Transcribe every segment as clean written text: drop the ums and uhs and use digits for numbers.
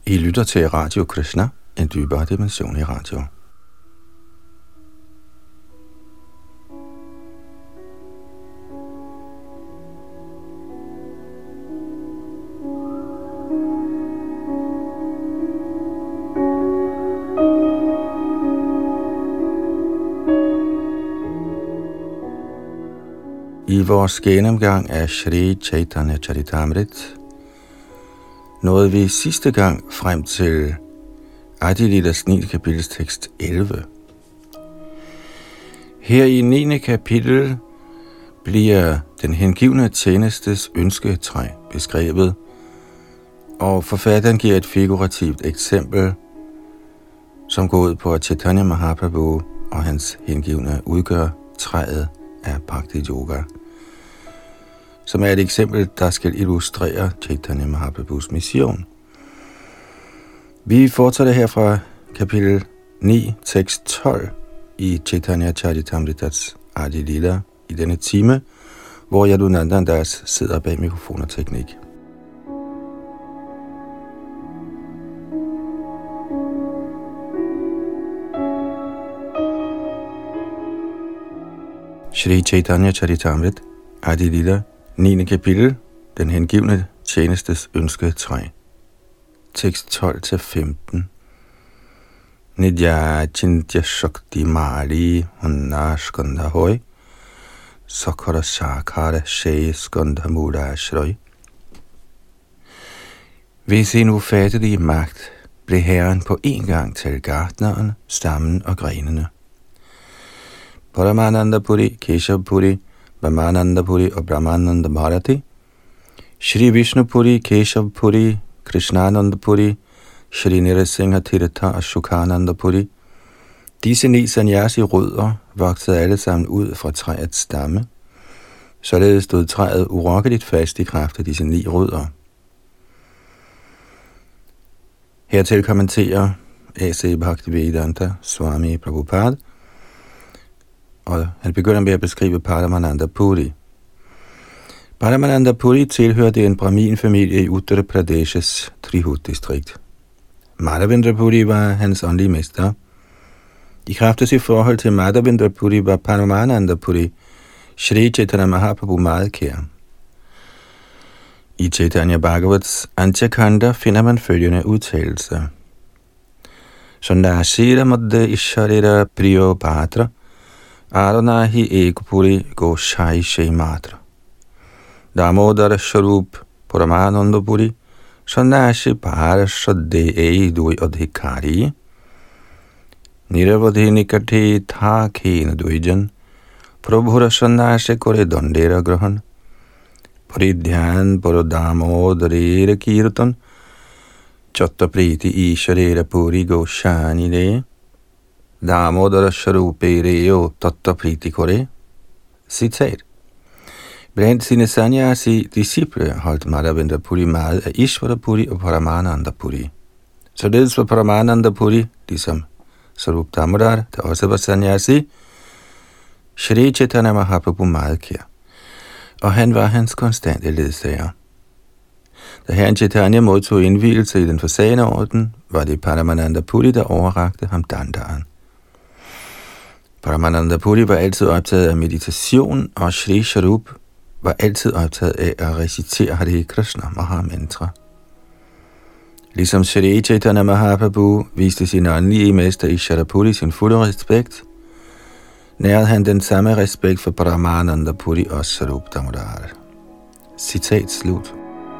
I lytter til Radio Krishna, en dybere dimension i radio. I vores gennemgang af Shri Chaitanya Charitamrit nåede vi sidste gang frem til Adi Lilas 9. kapitels tekst 11. Her i 9. kapitel bliver den hengivne tjenestes ønsketræ beskrevet, og forfatteren giver et figurativt eksempel, som går ud på, at Chaitanya Mahaprabhu og hans hengivne udgør træet af Bhakti Yoga, som er et eksempel, der skal illustrere Chaitanya Mahaprabhus mission. Vi fortsætter her fra kapitel 9, tekst 12 i Chaitanya Charitamritats Adi Lila i denne time, hvor Yadunandan Das sidder bag mikrofon og teknik. Shri Chaitanya Charitamrit Adi Lila 9. kapitel, den hengivne tjenestes ønsketræ. Tekst 12-15. Nidya chintya shakti mali hunna skanda hoy sakara sakara shay skanda muda shroy. Ved sin ufattelige magt blev herren på en gang til gartneren, stammen og grenene. Paramananda Puri, Keshav Puri, Brahmananda Puri og Brahmananda Bharati, Shri Vishnu Puri, Keshav Puri, Krishnananda Puri, Shri Nirasingha Tirtha og Shukhananda Puri. Disse 9 sannyasi-rødder voksede alle sammen ud fra træets stamme. Således stod træet urokkeligt fast i kraft af disse 9 rødder. Hertil kommenterer A.C. Bhaktivedanta Swami Prabhupada, og han begynder med at beskrive Paramananda Puri. Paramananda Puri tilhørte en brahmin-familie i Uttar Pradesh's Trihut-distrikt. Madhavendra Puri var hans åndelige mester. I kraft af sit forhold til Madhavendra Puri var Paramananda Puri Shri Chaitanya Mahaprabhu meget kær. I Chaitanya Bhagavats Antya-khanda finder man følgende udtalelse. Sundashira madde isharira priyo patra Aronahi ekpuri go shai shai matra. Damodara sharup Paramananda Puri Sannashi parashadde eidui adhikari Niravadhi nikate thakena duijan Prabhura sannashi kore dandera grahan Paridhyan paradamodare kirtan Chattapriti isharera puri go shanire Damodara Sharupere jo Tattapriti Kore. Citat. Blandt sine sannyasi-disciple holdt Madhavendra Puri meget af Ishvara Puri og Paramananda Puri. Således var Paramananda Puri, ligesom Sarup Damodar, der også var sannyasi, Shri Chaitanya Mahaprabhu meget kær, og han var hans konstante ledsager. Da herren Chaitanya modtog indvielse i den forsagende orden, var det Paramananda Puri, der overrakte ham dandaren. Paramananda Puri var altid optaget af meditation, og Shri Sharup var altid optaget af at recitere Hare Krishna Mahamantra. Ligesom Shri Chaitanya Mahaprabhu viste sin åndelige mester Ishvara Puri sin fulde respekt, nærede han den samme respekt for Paramananda Puri og Sarup Damodar. Citat slut.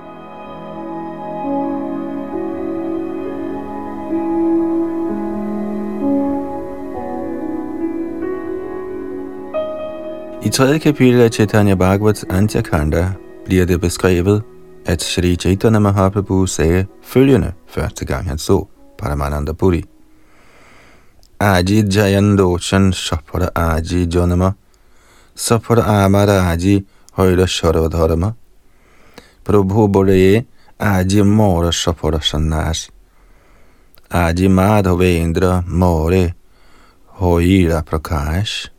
I 3. kapitel af Chaitanya Bhagavats Antya-khanda bliver det beskrevet, at Shri Chaitanya Mahaprabhu sagde følgende første gang han så Paramananda Puri. Aji Jayandoshan Shapara Aji Janama Sapara Amara Aji Højda Sharadharama Prabhu Bore Aji Mora Shapara Sannas Aji Madhavendra More Højda Prakash.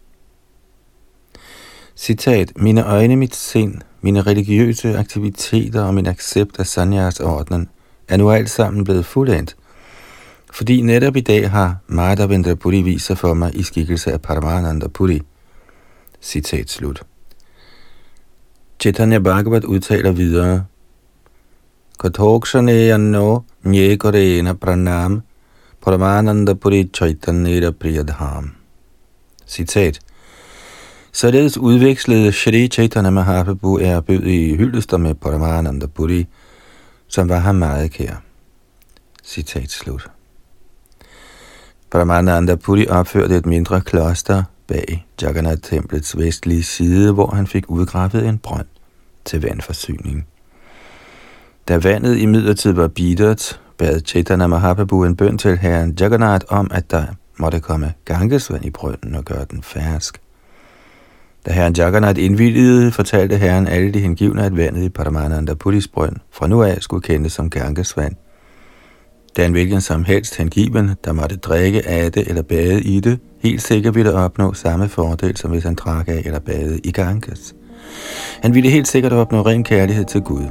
Citat. Mine øjne, mit sind, mine religiøse aktiviteter og min accept af sannyas-ordenen er nu alt sammen blevet fuldendt, fordi netop i dag har Madhavendra Puri vist sig for mig i skikkelse af Paramananda Puri. Citat slut. Chaitanya Bhagavat udtaler videre: Kathokshaneyanno nyekorena pranam Paramananda Puri Chaitanya Priyadham. Citat. Således udvekslede Shri Chaitanya Mahaprabhu ærbødige hyldester med Paramananda Puri, som var ham meget kær. Citat slut. Paramananda Puri opførte et mindre kloster bag Jagannath-templets vestlige side, hvor han fik udgravet en brønd til vandforsyning. Da vandet imidlertid var bittert, bad Chaitanya Mahaprabhu en bøn til herren Jagannath om, at der måtte komme Gangesvand i brønden og gøre den fersk. Da herren Jagannath indvilligede, fortalte herren alle de hengivne, at vandet i Paramananda Puris brønd fra nu af skulle kendes som Gangesvand. Da en hvilken som helst hengiven, der måtte drikke af det eller bade i det, helt sikkert ville opnå samme fordel, som hvis han drak af eller badede i Ganges. Han ville helt sikkert opnå ren kærlighed til Gud.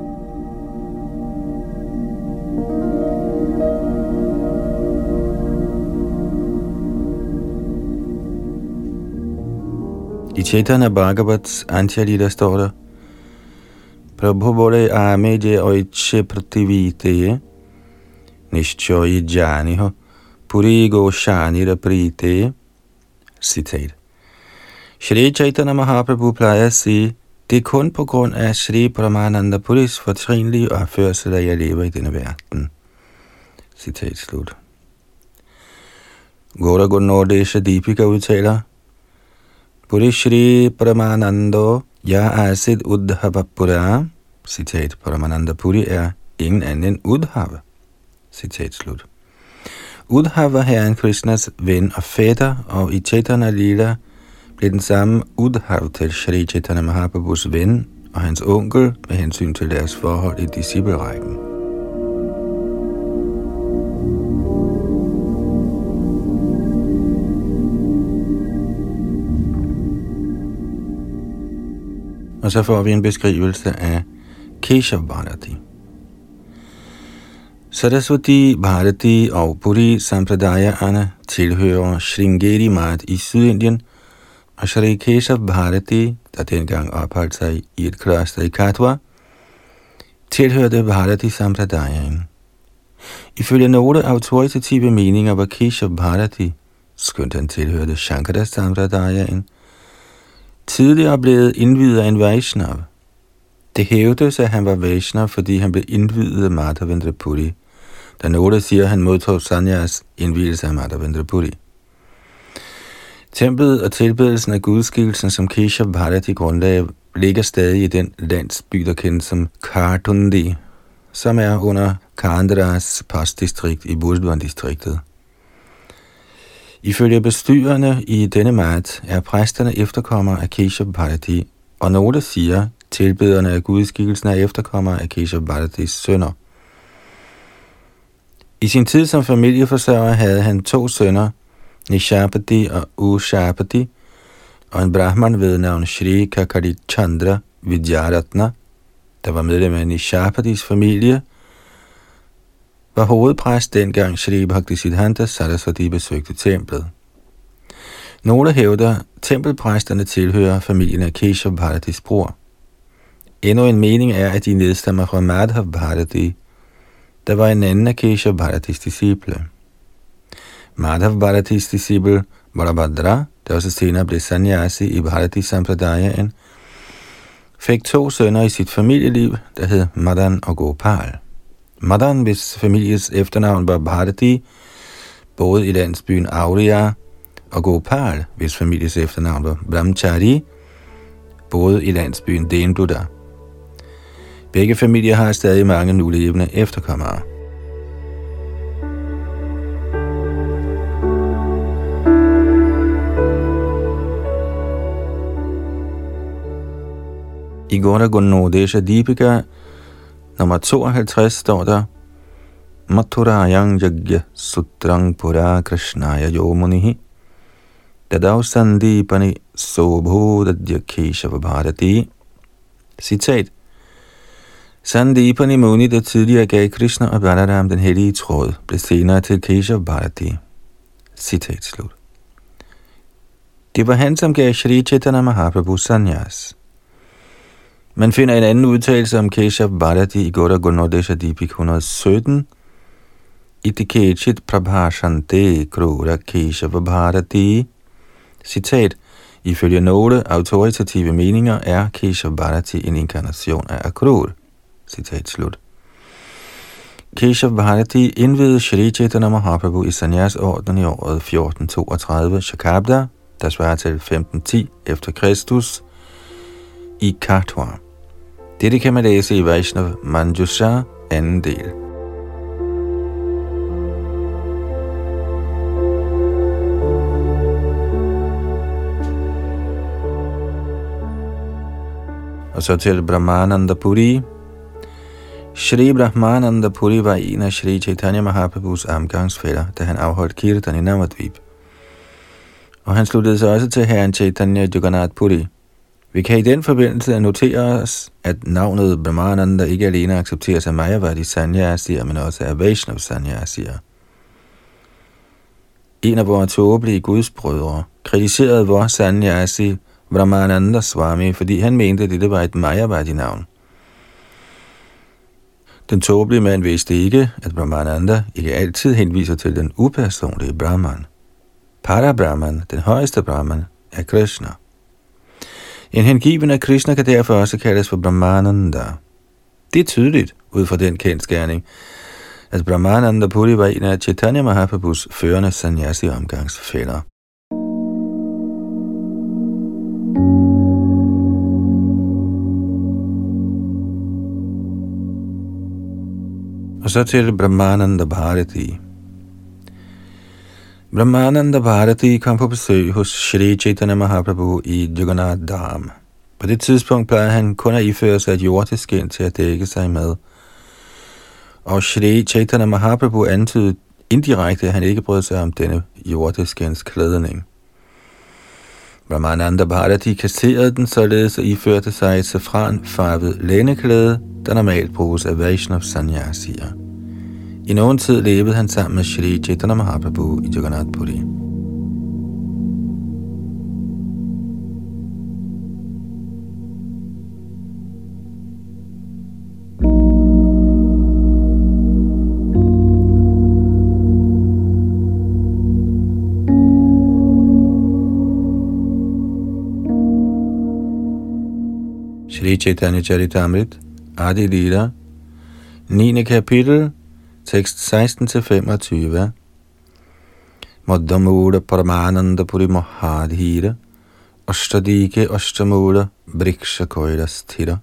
I Chaitanya Bhagavats Antya-lila står der: Prabhu bole ameje oiche prativite nishchoyi janiho puri go shanira prite. Citat. Shri Chaitanya Mahaprabhu plejer at sige: det er kun på grund af Shri Paramananda Puris fortrinlige opførsel, at jeg lever i denne verden. Citat slut. Gaura Gunodesha Deepika udtaler: Puri Shri Paramananda ya asid Uddhava Pura. Citat. Paramananda Puri er ingen anden end Uddhava. Citat slut. Uddhava var herren Krishnas ven og fætter, og i Chaitanya Lila blev den samme Uddhava til Shri Chaitanya Mahaprabhus ven og hans onkel med hensyn til deres forhold i disciplerækken. Og så får vi en beskrivelse af Keshav Bharati. Saraswati Bharati og Puri Sampradayana tilhører Sringeri Math i Sydindien, og Shri Keshav Bharati, der dengang opholdt sig i et kloster i Katwa, tilhørte Bharati Sampradayan. Ifølge nogle autoritative meninger var Keshav Bharati, skønt han tilhørte Shankara Sampradayan, tidligere blevet indviet af en Vaishnav. Det hævdes, at han var Vaishnav, fordi han blev indviet af Madhavendra Puri, da nogle siger, at han modtog Sanyas indvielse af Madhavendra Puri. Templet og tilbedelsen af gudskikkelsen, som Keshav Bharati grundlagde, ligger stadig i den landsby, der kendes som Kartundi, som er under Kandras postdistrikt i Burdwan-distriktet. Ifølge bestyrerne i denne mat er præsterne efterkommere af Keshav Bharati, og nogle siger, tilbederne af gudskikkelsen er efterkommere af Keshav Bharatis sønner. I sin tid som familieforsørger havde han 2 sønner, Nishapati og Ushapati, og en brahman ved navn Shri Kakari Chandra Vidyaratna, der var medlem af Nishapatis familie, var hovedpræst dengang Shri Bhaktisiddhanta Saraswati besøgte templet. Nogle hævder, tempelpræsterne tilhører familien af Keshav Bharatis bror. Endnu en mening er, at de nedstammer fra Madhav Bharati, der var en anden af Keshav Bharatis disciple. Madhav Bharatis disciple Barabhadra, der også senere blev sannyasi i Bharati Sampradayan, fik 2 sønner i sit familieliv, der hed Madan og Gopal. Madan, hvis families efternavn var Bharati, boede i landsbyen Auriya, og Gopal, hvis families efternavn var Brahmachari, boede i landsbyen Denbuda. Begge familier har stadig mange nulevende efterkommere. I Gaura Gunodesha Deepika nummer 52 står der: Mathurayang Yagya Sutrang Pura Krishnaya Yomunihi Dadav Sandipani Sobhodadya Keshav Bharati. Citat. Sandipani Muni, der tidligere gav Krishna og Balaram den hellige tråd, blev senere til Keshav Bharati. Citat slut. Det var han, som gav Shri Chaitanya Mahaprabhu sannyas. Man finder en anden udtalelse om Keshav Bharati i Goda Gunodesha Dipik 117. Itikechit prabhashante krura Keshav Bharati. Citat. Ifølge nogle autoritative meninger er Keshav Bharati en inkarnation af Akrur. Citat slut. Keshav Bharati indviede Shri Chaitanya Mahaprabhu i sannyasordenen i året 1432 Shakabda, der svarer til 1510 efter Kristus, i Katwa. Dette kan man læse i Vaishnav Manjusha, anden del. Og så til Brahmananda Puri. Shri Brahmananda Puri var en af Shri Chaitanya Mahaprabhus omgangsfæller, da han afholdt kirtan i Navadvip. Og han sluttede sig også til herren Chaitanya Jagannath Puri. Vi kan i den forbindelse notere os, at navnet Brahmananda ikke alene accepteres af Mayavadi sanyasier, men også af Vaishnav sanyasier. En af vores tåbelige gudsbrødre kritiserede vor sanyasi Brahmananda Swami, fordi han mente, at dette var et Mayavadi-navn. Den tåbelige mand vidste ikke, at Brahmananda ikke altid henviser til den upersonlige Brahman. Parabrahman, den højeste Brahman, er Krishna. En hengiven af Krishna kan derfor også kaldes for Brahmananda. Det er tydeligt, ud fra den kendsgerning, at Brahmananda Puri var en af Chaitanya Mahaprabhus førende sannyasi-omgangsfæller. Og så til Brahmananda Bharati. Brahmananda Bharati kom på besøg hos Shri Chaitanya Mahaprabhu i Jagannath Dham. På det tidspunkt plejede han kun at iføre sig et hjorteskind til at dække sig med. Og Shri Chaitanya Mahaprabhu antydede indirekte, at han ikke brød sig om denne hjorteskins klædning. Brahmananda Bharati kasserede den således og iførte sig et safranfarvet læneklæde, der normalt bruges af Vaishnav sanyasier. I nogen tid levede han sammen med Shri Chaitanya Mahaprabhu i Jagannath Puri. Shri Chaitanya Charitamrit, Adi Lila, 9. kapitel, tekst 16-25. Madhamura Paramananda Puri Mahadhira, Ashtadike Ashtamura Briksha Koirasthira.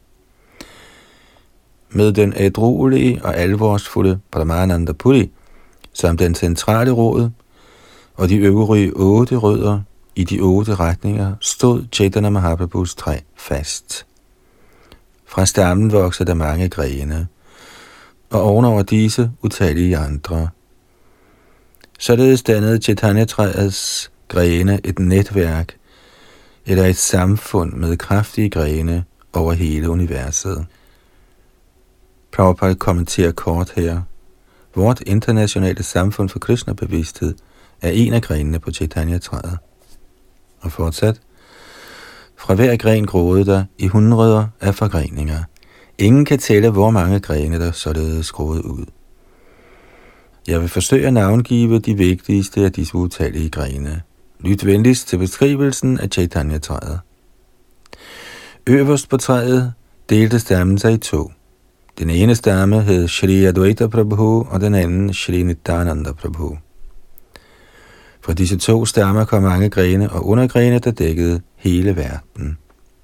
Med den ædruelige og alvorsfulde Paramananda Puri, som den centrale råd, og de øvrige 8 rødder i de 8 retninger, stod Chaitanya Mahaprabhus træ fast. Fra stammen voksede der mange grene, og ovenover disse utallige andre. Således dannede Chaitanya-træets grene et netværk, eller et samfund med kraftige grene over hele universet. Prabhupada kommenterer kort her. Vort internationale samfund for Krishna-bevidsthed er en af grenene på Chaitanya-træet. Og fortsat. Fra hver gren groede der i hundreder af forgreninger. Ingen kan tælle, hvor mange grene der således groede ud. Jeg vil forsøge at navngive de vigtigste af disse utallige grene. Lyt venligst til beskrivelsen af Chaitanya-træet. Øverst på træet delte stammen sig i 2. Den ene stamme hed Shri Advaita Prabhu, og den anden Shri Nityananda Prabhu. Fra disse 2 stammer kom mange grene og undergrene, der dækkede hele verden.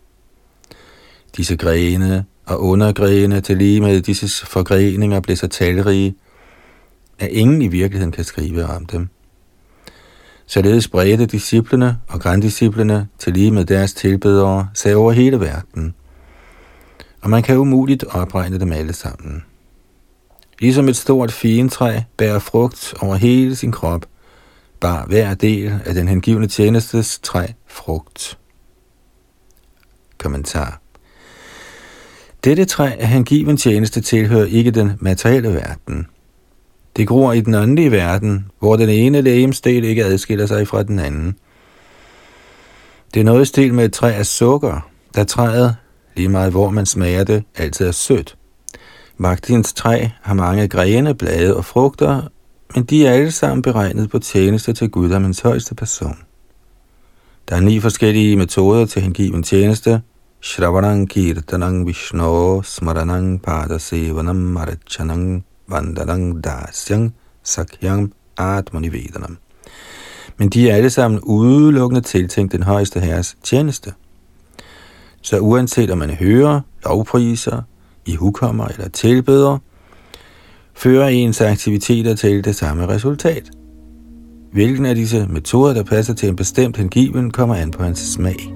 Disse grene og undergrene til lige med disse forgreninger blev så talrige, at ingen i virkeligheden kan skrive om dem. Således spredte disciplene og granddisciplene til lige med deres tilbedere sig over hele verden, og man kan umuligt opregne dem alle sammen. Ligesom et stort figentræ bærer frugt over hele sin krop, bar hver del af den hengivne tjenestes træ frugt. Kommentar. Dette træ af hengiven tjeneste tilhører ikke den materielle verden. Det gror i den åndelige verden, hvor den ene legemsdel ikke adskiller sig fra den anden. Det er noget i stil med et træ af sukker, da træet, lige meget hvor man smager det, altid er sødt. Bhaktins træ har mange grene, blade og frugter, men de er alle sammen beregnet på tjeneste til Guddommens højeste person. Der er 9 forskellige metoder til hengiven tjeneste. Shravanang kirtanang vishno smaranang padasevanam arachanang vandanang dasyang sakhyam atmanivedanam. Men de er alle sammen udelukkende tiltænkt den højeste herres tjeneste. Så uanset om man hører, lovpriser, ihukommer eller tilbeder, fører ens aktiviteter til det samme resultat. Hvilken af disse metoder, der passer til en bestemt hengiven, kommer an på hans smag.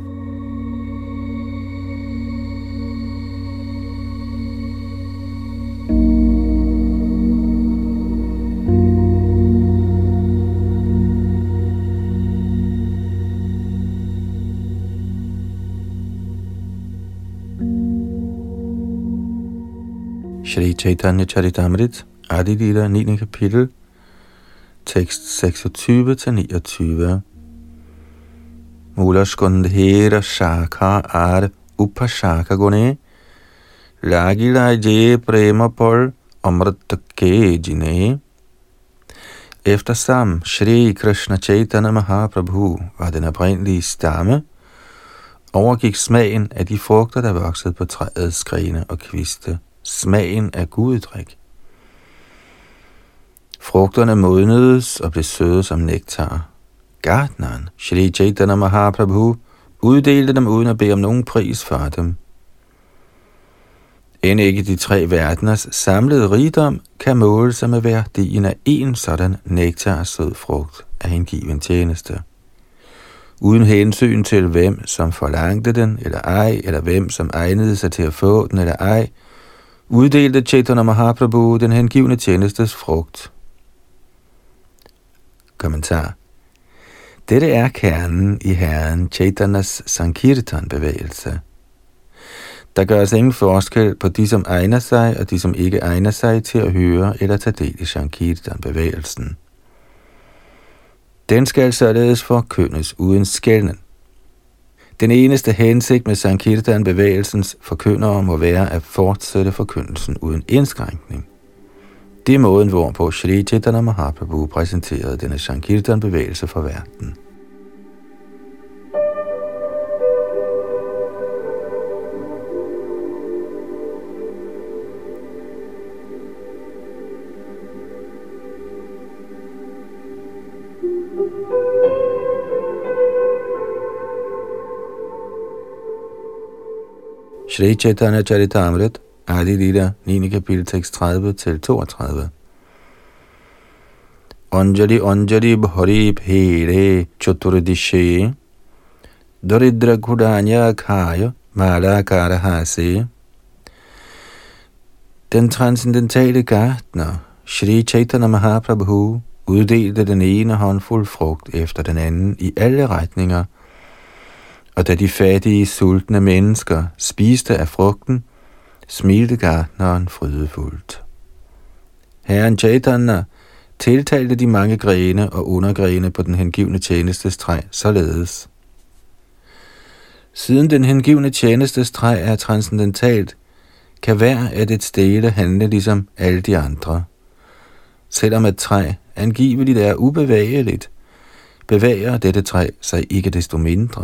Shri Chaitanya Charitamrita, Adi Lila, 9. kapitel, tekst 26-29. Mula skundhera shakha ar upashaka gune, lagila je prema pol amritake jine. Eftersom Shri Krishna Chaitanya Mahaprabhu var den oprindelige stamme, overgik smagen af de frugter, der voksede på træets grene og kviste, smagen af gudedrik. Frugterne modnedes og blev søde som nektar. Gartneren, Shri Chaitanya Mahaprabhu, uddelte dem uden at bede om nogen pris for dem. End ikke de 3 verdeners samlede rigdom kan måle sig med værdien af en sådan nektarsød frugt af hengiven tjeneste. Uden hensyn til hvem som forlangte den eller ej, eller hvem som egnede sig til at få den eller ej, uddelte Chaitanya Mahaprabhu den hengivne tjenestes frugt. Kommentar. Dette er kernen i Herren Chaitanyas Sankirtan-bevægelse. Der gøres ingen forskel på de, som egner sig, og de, som ikke egner sig til at høre eller tage del i Sankirtan-bevægelsen. Den skal således forkyndes uden skelnen. Den eneste hensigt med Sankirtan-bevægelsens forkyndere må være at fortsætte forkyndelsen uden indskrænkning. Det er måden, hvorpå Shri Chaitanya Mahaprabhu præsenterede denne Sankirtan-bevægelse for verden. Shri Chaitanya Charitamrita, Adi Lila, 9. kapitel, tekst 30-32. Anjali Anjali Bhari Bhere Chaturdishe Daridra Kudanya Kaya Malakara Hase. Den transcendentale gartner, Shri Chaitanya Mahaprabhu, uddelte den ene håndfuld frugt efter den anden i alle retninger, og da de fattige, sultne mennesker spiste af frugten, smilte gartneren frydefuldt. Herren Chaitanya tiltalte de mange grene og undergrene på den hengivne tjenestes træ således. Siden den hengivne tjenestes træ er transcendentalt, kan hver af dets dele handle ligesom alle de andre. Selvom et træ angiveligt er ubevægeligt, bevæger dette træ sig ikke desto mindre.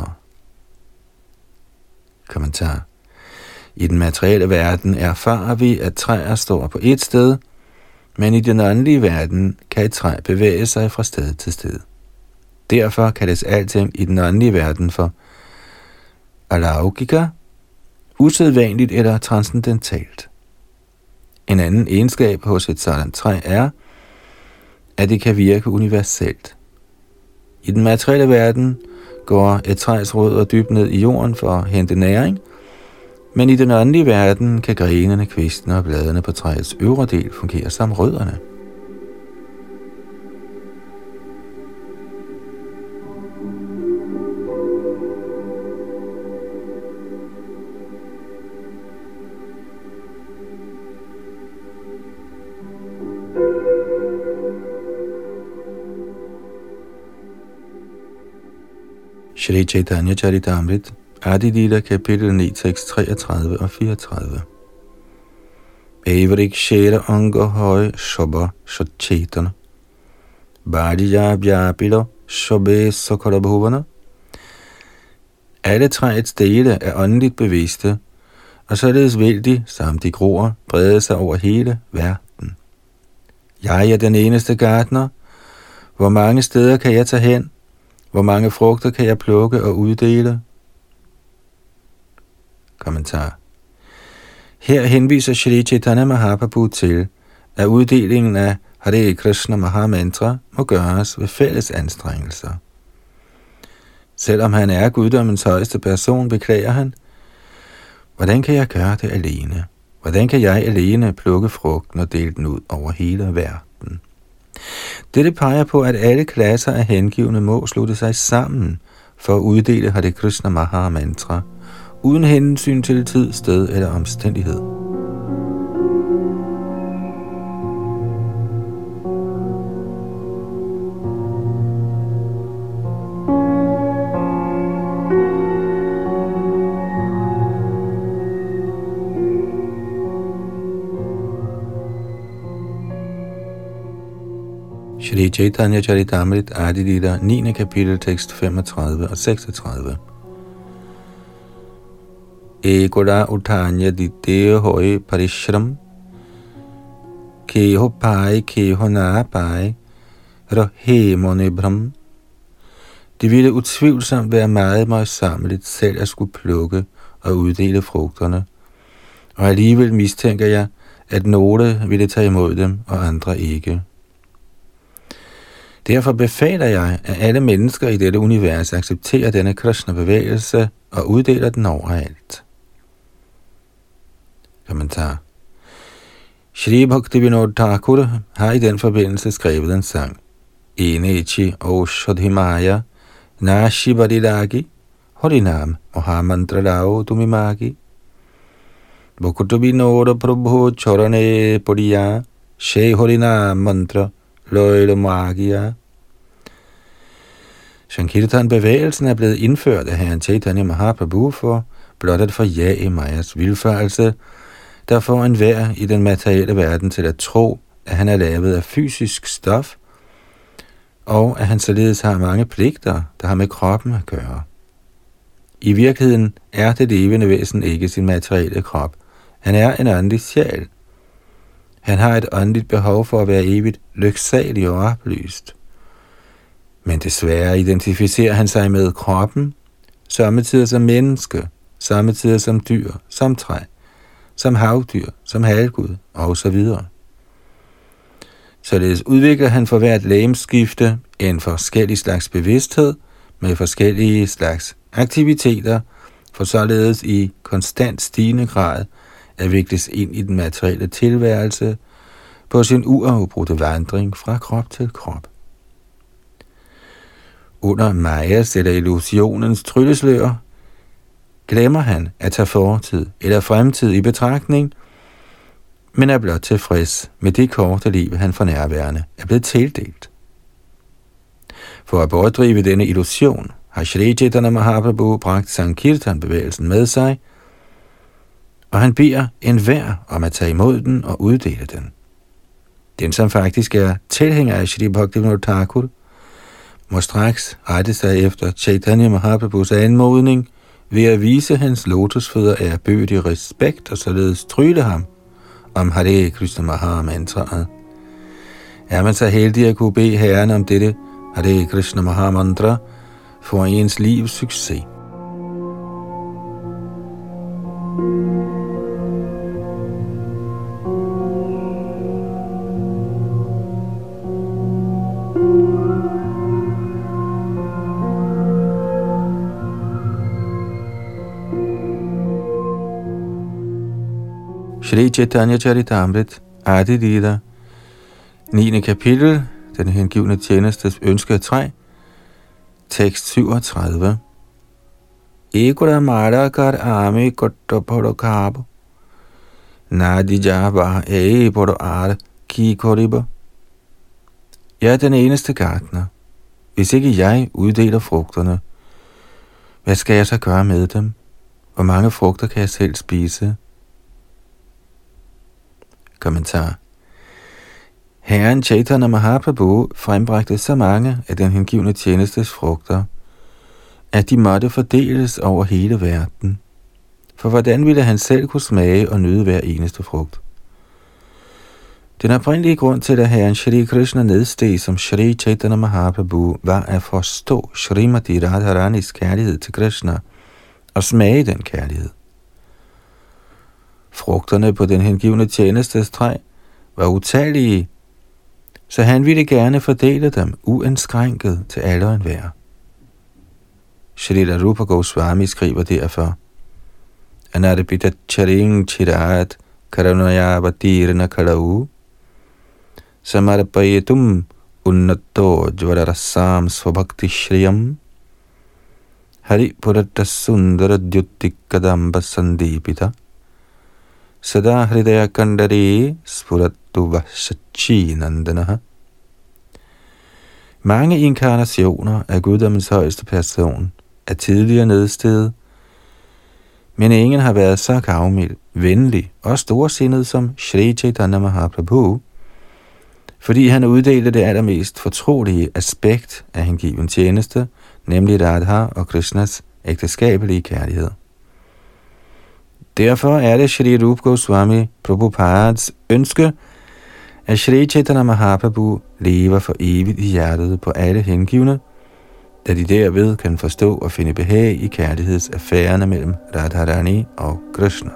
Kommentar. I den materielle verden erfarer vi, at træer står på et sted, men i den åndelige verden kan et træ bevæge sig fra sted til sted. Derfor kaldes alting i den åndelige verden for alaukika, usædvanligt eller transcendentalt. En anden egenskab hos et sådan træ er, at det kan virke universelt. I den materielle verden går et træs rødder dybt ned i jorden for at hente næring, men i den åndelige verden kan grenene, kvistene og bladene på træets øvre del fungere som rødderne. Shri Chaitanya Charitamrita, Adi Lila, kapitel 9, tekst 33 og 34. Evrik Shera Anga Høj Shobha Shotchetana Bhadiya Vyapilo Shobhe Sokara Bhuvana. Alle træets dele er åndeligt bevidste, og således vil de, samt de gror, brede sig over hele verden. Jeg er den eneste gartner. Hvor mange steder kan jeg tage hen? Hvor mange frugter kan jeg plukke og uddele? Kommentar. Her henviser Shri Chaitanya Mahaprabhu til, at uddelingen af Hare Krishna Mahamantra må gøres ved fælles anstrengelser. Selvom han er guddommens højeste person, beklager han, hvordan kan jeg gøre det alene? Hvordan kan jeg alene plukke frugten og dele den ud over hele verden? Dette peger på, at alle klasser af hengivne må slutte sig sammen for at uddele Hare Krishna Mahamantra, uden hensyn til tid, sted eller omstændighed. Shri Chaitanya Charitamrita, Adi Lila, 9. kapitel, tekst 35 og 36. Ekoda utanya ditteyo høje parishram, keho pai keho na pai, rahe monebram. Det ville utvivlsomt være meget møjsommeligt selv at skulle plukke og uddele frugterne, og alligevel mistænker jeg, at nogle ville tage imod dem, og andre ikke. Derfor befaler jeg, at alle mennesker i dette univers accepterer denne Krishna-bevægelse og uddeler den overalt. Kommentar. Shri Bhaktivinoda Thakur har i den forbindelse skrevet en sang. Enechi Oshadhimaya Nashibadilagi Harinam Mohamantra Lao Tumimagi Bhakutubinoda Prabhu Charane Puriya She Harinam Mantra Løjle Magia. Sankirtan-bevægelsen er blevet indført af Herren Chaitanya Mahaprabhu for blot at forjage Mayas vildfarelse, der får enhver i den materielle verden til at tro, at han er lavet af fysisk stof, og at han således har mange pligter, der har med kroppen at gøre. I virkeligheden er det levende væsen ikke sin materielle krop. Han er en åndelig sjæl. Han har et åndeligt behov for at være evigt lyksalig og oplyst. Men desværre identificerer han sig med kroppen, sommetider som menneske, sommetider som dyr, som træ, som havdyr, som halvgud og så videre. Således udvikler han for hvert legemsskifte en forskellig slags bevidsthed med forskellige slags aktiviteter, for således i konstant stigende grad at vikles ind i den materielle tilværelse på sin uafbrudte vandring fra krop til krop. Under Mayas eller illusionens trylleslør glemmer han at tage fortid eller fremtid i betragtning, men er blot tilfreds med det korte liv, han for nærværende er blevet tildelt. For at bortdrive denne illusion har Shri Chaitanya Mahaprabhu bragt Sankirtan-bevægelsen med sig, og han beder enhver om at tage imod den og uddele den. Den, som faktisk er tilhænger af Shri Bhaktivinoda Thakur, må straks rette sig efter Chaitanya Mahaprabhus anmodning ved at vise hans lotusfødder ærbødig respekt og således trylle ham om Hare Krishna Mahamantraet. Er man så heldig at kunne bede Herren om dette Hare Krishna Mahamantra, får ens livs succes. Shri Chaitanya Charitamrita, Adi Lila, 9. kapitel, den hengivne tjenestes ønsketræ, tekst 37. Ekura marakar ame kotta podokabo, nadijaba e podo ar ki koriba. Jeg er den eneste gartner. Hvis ikke jeg uddeler frugterne, Hvad skal jeg så gøre med dem? Hvor mange frugter kan jeg selv spise? Kommentar. Herren Chaitanya Mahaprabhu frembragte så mange af den hengivne tjenestes frugter, at de måtte fordeles over hele verden. For hvordan ville han selv kunne smage og nyde hver eneste frugt? Den oprindelige grund til, at herren Shri Krishna nedsteg som Shri Chaitanya Mahaprabhu, var at forstå Srimati Radharanis kærlighed til Krishna og smage den kærlighed. Frugterne på den hengivne tjenestes træ var utallige, så han ville gerne fordele dem uindskrænket til alle og enhver. Shrila Rupa Goswami skriver derfor: Anarpita charing chirat karunayavatirna kalau samarpayetum unnato jvararasam svabhakti shriyam hari purata sundara dyutikadamba sandipita sada hridaya kandari spuratu vashachi nandanaha. Mange inkarnationer af guddommens højeste person er tidligere nedsteget, men ingen har været så gavmild, venlig og storsindet som Shri Chaitanya Mahaprabhu, fordi han uddelte det allermest fortrolige aspekt af hengiven tjeneste, nemlig Radha og Krishnas ægteskabelige kærlighed. Derfor er det Shri Rupa Goswami Prabhupads ønske, at Shri Chaitanya Mahaprabhu lever for evigt i hjertet på alle hengivne, da de derved kan forstå og finde behag i kærlighedsaffærerne mellem Radharani og Krishna.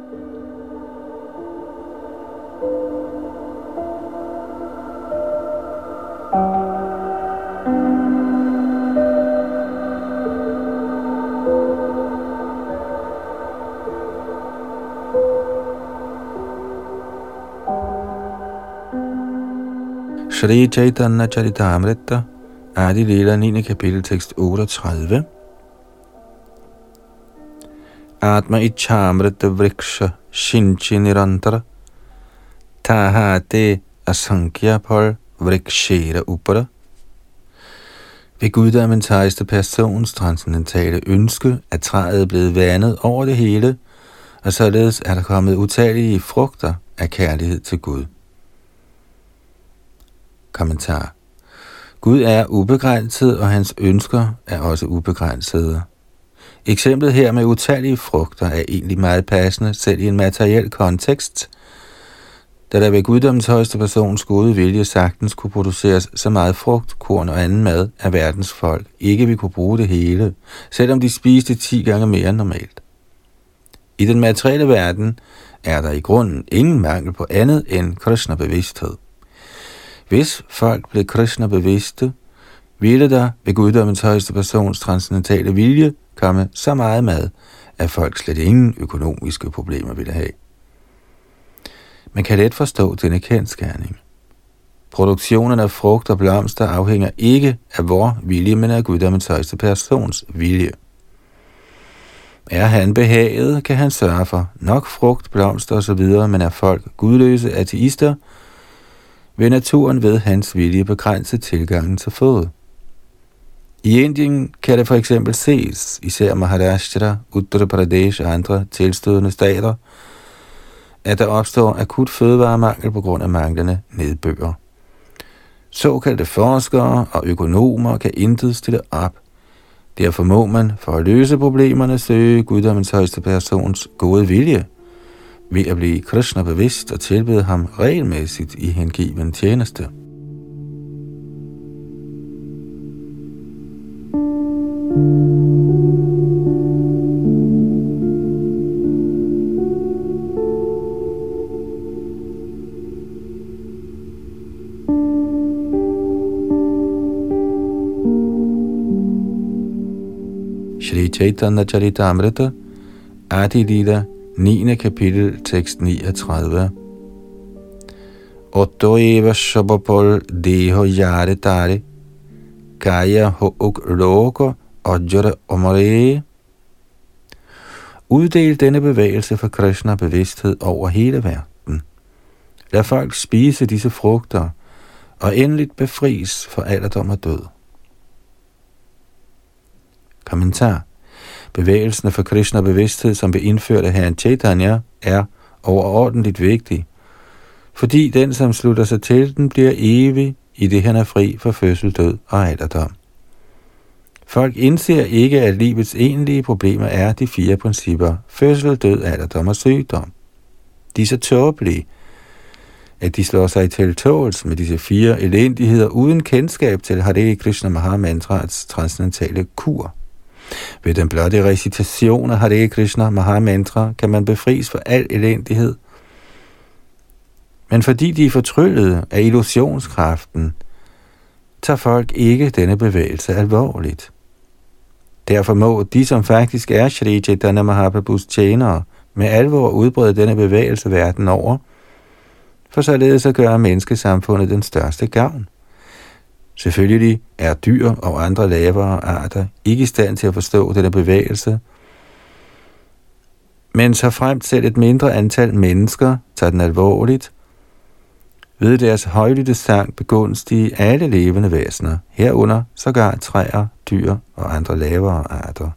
Shri Chaitanya Charitamrita, Adi Lila, 9. kapitel, tekst 38. Atma Ichamrita Vriksha Shinchi Nirantara Tahate Asankhya Pal Vrikshera Upara. Ved guddommens højeste persons transcendentale ønske er træet blevet vandet over det hele, og således er der kommet utallige frugter af kærlighed til Gud. Kommentar. Gud er ubegrænset, og hans ønsker er også ubegrænsede. Eksemplet her med utallige frugter er egentlig meget passende, selv i en materiel kontekst, da der ved guddommens højeste persons gode vilje sagtens kunne produceres så meget frugt, korn og anden mad, at verdens folk ikke vil kunne bruge det hele, selvom de spiste 10 gange mere end normalt. I den materielle verden er der i grunden ingen mangel på andet end Krishna-bevidsthed. Hvis folk blev Krishna-bevidste, ville der ved guddommens højeste persons transcendentale vilje komme så meget mad, at folk slet ingen økonomiske problemer ville have. Man kan let forstå denne kendsgerning. Produktionen af frugt og blomster afhænger ikke af vor vilje, men af guddommens højeste persons vilje. Er han behaget, kan han sørge for nok frugt, blomster osv., men er folk gudløse ateister, vil naturen ved hans vilje begrænse tilgangen til føde. I Indien kan det for eksempel ses, især Maharashtra, Uttar Pradesh og andre tilstødende stater, at der opstår akut fødevaremangel på grund af manglende nedbør. Såkaldte forskere og økonomer kan intet stille op. Derfor må man for at løse problemerne søge guddommens højeste persons gode vilje, ved at blive Krishna bevidst og tilbede ham regelmæssigt i hengiven tjeneste. Shri Chaitanya Charitamrita, Adi Lila, 9. kapitel, tekst 39. Otto eva shabapol deho yare tare, kaya hook logo odjore omare. Uddel denne bevægelse for Krishna bevidsthed over hele verden. Lad folk spise disse frugter, og endeligt befries for alderdom og død. Kommentar. Bevægelsen for Krishna bevidsthed, som blev indført af Herren Chaitanya, er overordentligt vigtig, fordi den, som slutter sig til den, bliver evig, i det han er fri for fødsel, død og alderdom. Folk indser ikke, at livets egentlige problemer er de 4 principper: fødsel, død, alderdom og sygdom. De er så tåbelige, at de slår sig i tiltåelse med disse 4 elendigheder uden kendskab til Hare Krishna Mahamantraets transcendentale kur. Ved den blotte recitation af Hare Krishna Mahamantra kan man befries for al elendighed. Men fordi de er fortryllede af illusionskraften, tager folk ikke denne bevægelse alvorligt. Derfor må de, som faktisk er Shri Chaitanya Mahaprabhus tjenere, med alvor udbrede denne bevægelse verden over, for således at gøre menneskesamfundet den største gavn. Selvfølgelig er dyr og andre lavere arter ikke i stand til at forstå denne bevægelse, men så fremt selv et mindre antal mennesker tager den alvorligt, ved deres højlytte sang begunstige alle levende væsener, herunder sågar træer, dyr og andre lavere arter.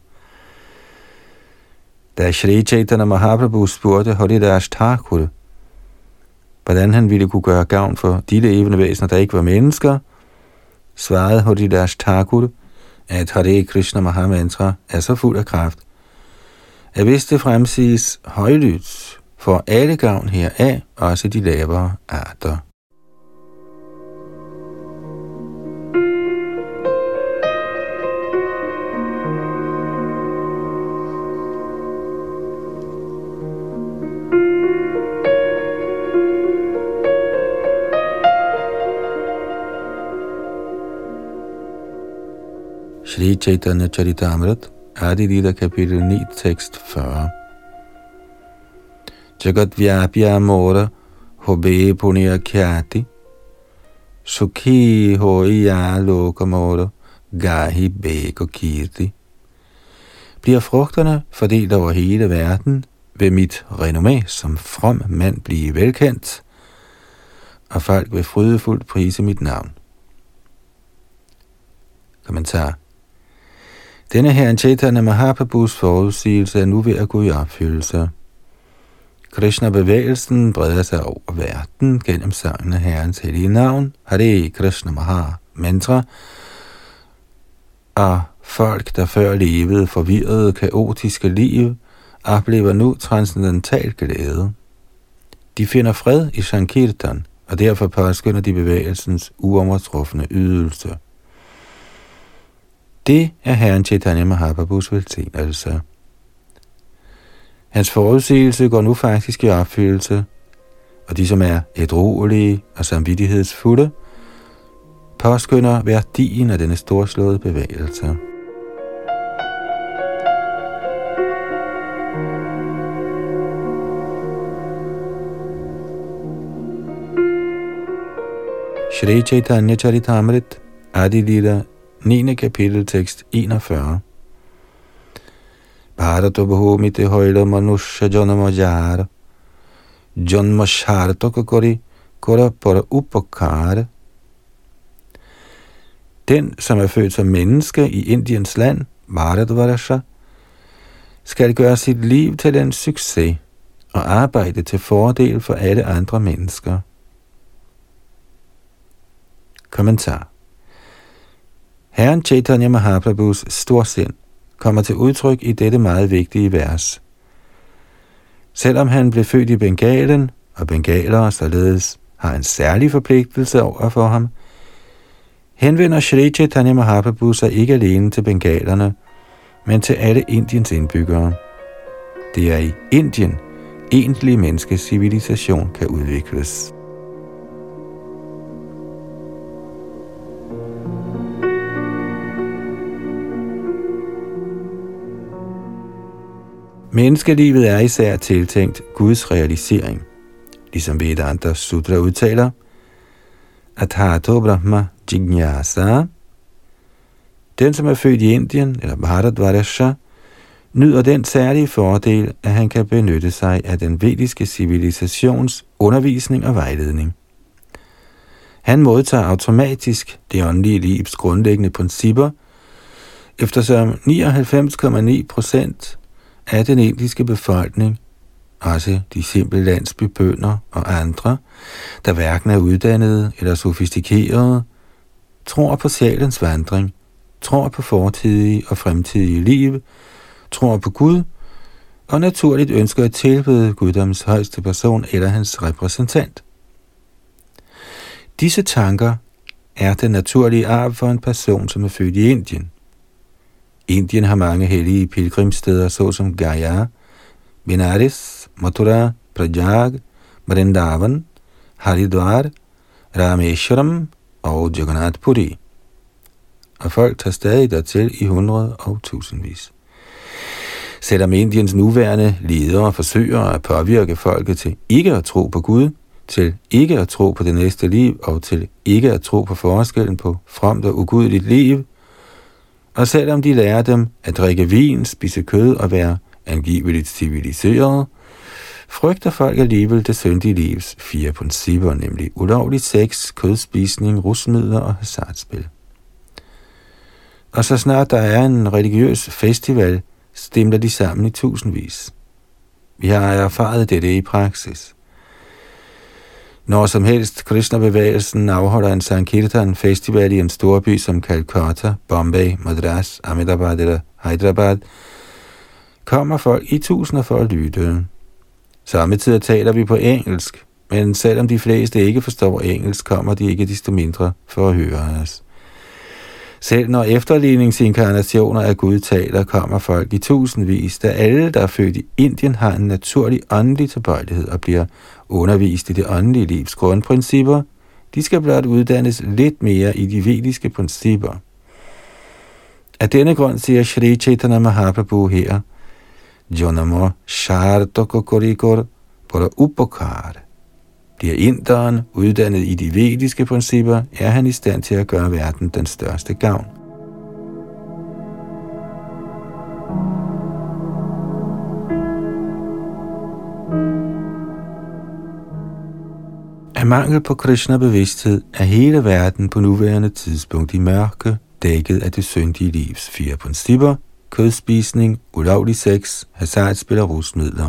Da Shri Chaitanya Mahaprabhu spurgte Haridas Thakur, hvordan han ville kunne gøre gavn for de levende væsener, der ikke var mennesker, svarede Haridas Thakur, at Hare Krishna Mahamantra er så fuld af kraft, at hvis det fremsiges højlydt, får alle gavn heraf, også de lavere arter. Shri Chaitanya Charitamrita, Adi Lila kapitel 9, tekst 40. Jagat Vyapya Mora Hobe Punya Khyati Sukhi Hoya Lokamora Gahi Beko Kirti. Bliver frugterne fordelt over hele verden, vil mit renommé som from mand blive velkendt, og folk vil frydefuldt prise mit navn. Kommentar. Denne Herren Chaitanya Mahaprabhus forudsigelse er nu ved at gå i opfyldelse. Krishna-bevægelsen breder sig over verden gennem sangen af Herrens hellige navn, Hare Krishna Mahamantra, og folk, der før levede forvirrede, kaotiske liv, oplever nu transcendental glæde. De finder fred i Sankirtan, og derfor påskynder de bevægelsens uovertrufne ydelse. Det er Herren Chaitanya Mahaprabhus velsignelse. Hans forudsigelse går nu faktisk i opfyldelse, og de, som er ædruelige og samvittighedsfulde, påskynder værdien af denne storslåede bevægelse. Shri Chaitanya Charitamrita, Adi Lila, 9. kapitel, tekst 41. Bharato bhumite højla manusha janama jara janma shartaka kori kora para upakara. Den, som er født som menneske i Indiens land, Bharatvarsha, skal gøre sit liv til en succes og arbejde til fordel for alle andre mennesker. Kommentar. Herren Chaitanya Mahaprabhus storsind kommer til udtryk i dette meget vigtige vers. Selvom han blev født i Bengalen, og bengalere således har en særlig forpligtelse over for ham, henvender Shri Chaitanya Mahaprabhu sig ikke alene til bengalerne, men til alle Indiens indbyggere. Det er i Indien, egentlig menneskecivilisation kan udvikles. Menneskelivet er især tiltænkt Guds realisering, ligesom Vedanta Sutra udtaler, Athato Brahma Jignasa. Den, som er født i Indien, eller Bharatvarsha, nyder den særlige fordel, at han kan benytte sig af den vediske civilisations undervisning og vejledning. Han modtager automatisk det åndelige livs grundlæggende principper, eftersom 99,9% af den indiske befolkning, også de simple landsbybønder og andre, der hverken er uddannede eller sofistikerede, tror på sjælens vandring, tror på fortidige og fremtidige liv, tror på Gud og naturligt ønsker at tilbede guddoms højeste person eller hans repræsentant. Disse tanker er den naturlige arv for en person, som er født i Indien. Indien har mange hellige pilgrimssteder, såsom Gaya, Benares, Mathura, Prayag, Vrindavan, Haridwar, Rameshwaram og Jagannath Puri. Og folk tager stadig dertil i hundrede og tusindvis. Selvom Indiens nuværende ledere forsøger at påvirke folket til ikke at tro på Gud, til ikke at tro på det næste liv og til ikke at tro på forskellen på fromt og ugudeligt liv, og selvom de lærer dem at drikke vin, spise kød og være angiveligt civiliseret, frygter folk alligevel det syndige livs 4 principper, nemlig ulovlig sex, kødspisning, rusmidler og hasardspil. Og så snart der er en religiøs festival, stimler de sammen i tusindvis. Vi har erfaret dette i praksis. Når som helst Krishna-bevægelsen afholder en Sankirtan festival i en storby som Calcutta, Bombay, Madras, Ahmedabad eller Hyderabad, kommer folk i tusinder for at lytte. Samtidig taler vi på engelsk, men selvom de fleste ikke forstår engelsk, kommer de ikke desto mindre for at høre os. Selv når efterligningsinkarnationer af Gud taler, kommer folk i tusindvis, da alle, der er født i Indien, har en naturlig åndelig tilbøjelighed og bliver undervist i det åndelige livs grundprincipper. De skal blot uddannes lidt mere i de vediske principper. Af denne grund siger Shri Chaitanya Mahaprabhu her, Jonamo Shartokokorikor Pora Upokar. Bliver inderen uddannet i de vediske principper, er han i stand til at gøre verden den største gavn. Af mangel på Krishna-bevidsthed er hele verden på nuværende tidspunkt i mørke, dækket af det syndige livs 4 principper, kødspisning, ulovlig sex, hasardspil og rusmidler.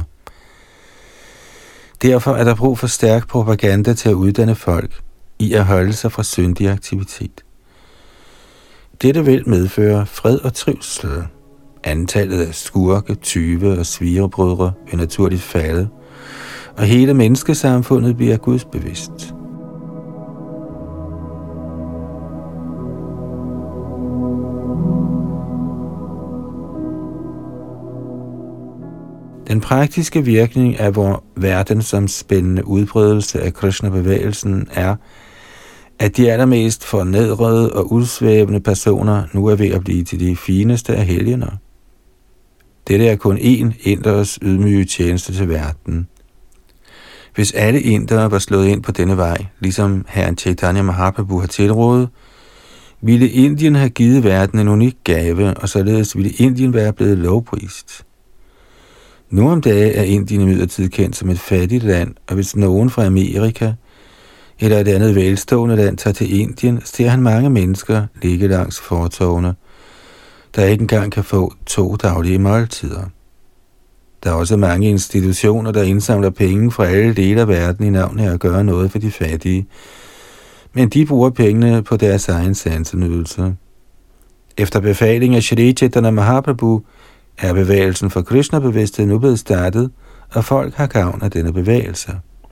Derfor er der brug for stærk propaganda til at uddanne folk i at holde sig fra syndig aktivitet. Dette vil medføre fred og trivsel. Antallet af skurke, tyve og svigerbrødre vil naturligt falde, og hele menneskesamfundet bliver gudsbevidst. Den praktiske virkning af vor verdensomspændende udbredelse af Krishna-bevægelsen er, at de allermest fornedrede og udsvævende personer nu er ved at blive til de fineste af helgener. Dette er kun én inders ydmyge tjeneste til verden. Hvis alle indere var slået ind på denne vej, ligesom herren Chaitanya Mahaprabhu har tilrådet, ville Indien have givet verden en unik gave, og således ville Indien være blevet lovprist. Nu om dagen er Indien imidlertid kendt som et fattigt land, og hvis nogen fra Amerika eller et andet velstående land tager til Indien, ser han mange mennesker ligge langs fortovene, der ikke engang kan få 2 daglige måltider. Der er også mange institutioner, der indsamler penge fra alle dele af verden i navn af at gøre noget for de fattige, men de bruger pengene på deres egen sansenydelse. Efter befaling af Shri Chaitanya Mahaprabhu er bevægelsen for Krishna-bevidsthed nu blevet startet, og folk har gavn af denne bevægelse.